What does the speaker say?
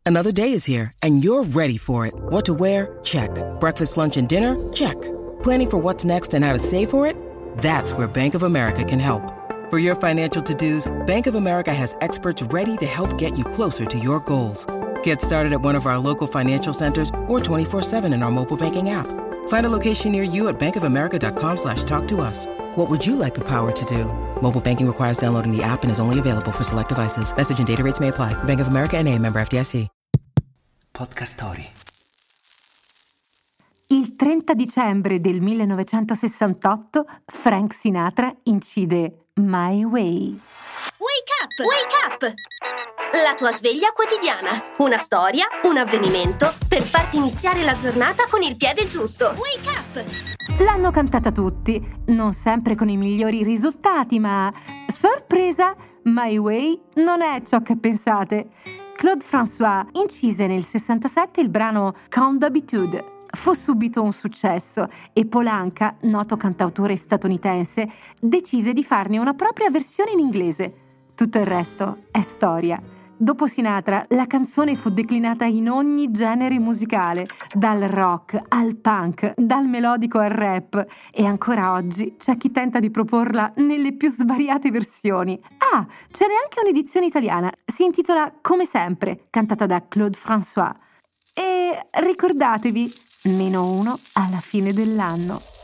Another day is here, and you're ready for it. What to wear? Check. Breakfast, lunch, and dinner? Check. Planning for what's next and how to save for it? That's where Bank of America can help. For your financial to-dos, Bank of America has experts ready to help get you closer to your goals. Get started at one of our local financial centers or 24/7 in our mobile banking app. Find a location near you at bankofamerica.com/talktous. What would you like the power to do? Mobile banking requires downloading the app and is only available for select devices. Message and data rates may apply. Bank of America N.A., member FDIC. Podcast Story. Il 30 dicembre del 1968 Frank Sinatra incide My Way. Wake up! Wake up! La tua sveglia quotidiana. Una storia, un avvenimento per farti iniziare la giornata con il piede giusto. Wake up! L'hanno cantata tutti, non sempre con i migliori risultati, ma sorpresa, My Way non è ciò che pensate. Claude François incise nel 67 il brano Comme d'habitude. Fu subito un successo e Paul Anka, noto cantautore statunitense, decise di farne una propria versione in inglese. Tutto il resto è storia. Dopo Sinatra, la canzone fu declinata in ogni genere musicale, dal rock al punk, dal melodico al rap, e ancora oggi c'è chi tenta di proporla nelle più svariate versioni. Ah, c'è neanche un'edizione italiana, si intitola Come sempre, cantata da Claude François. E ricordatevi, -1 alla fine dell'anno.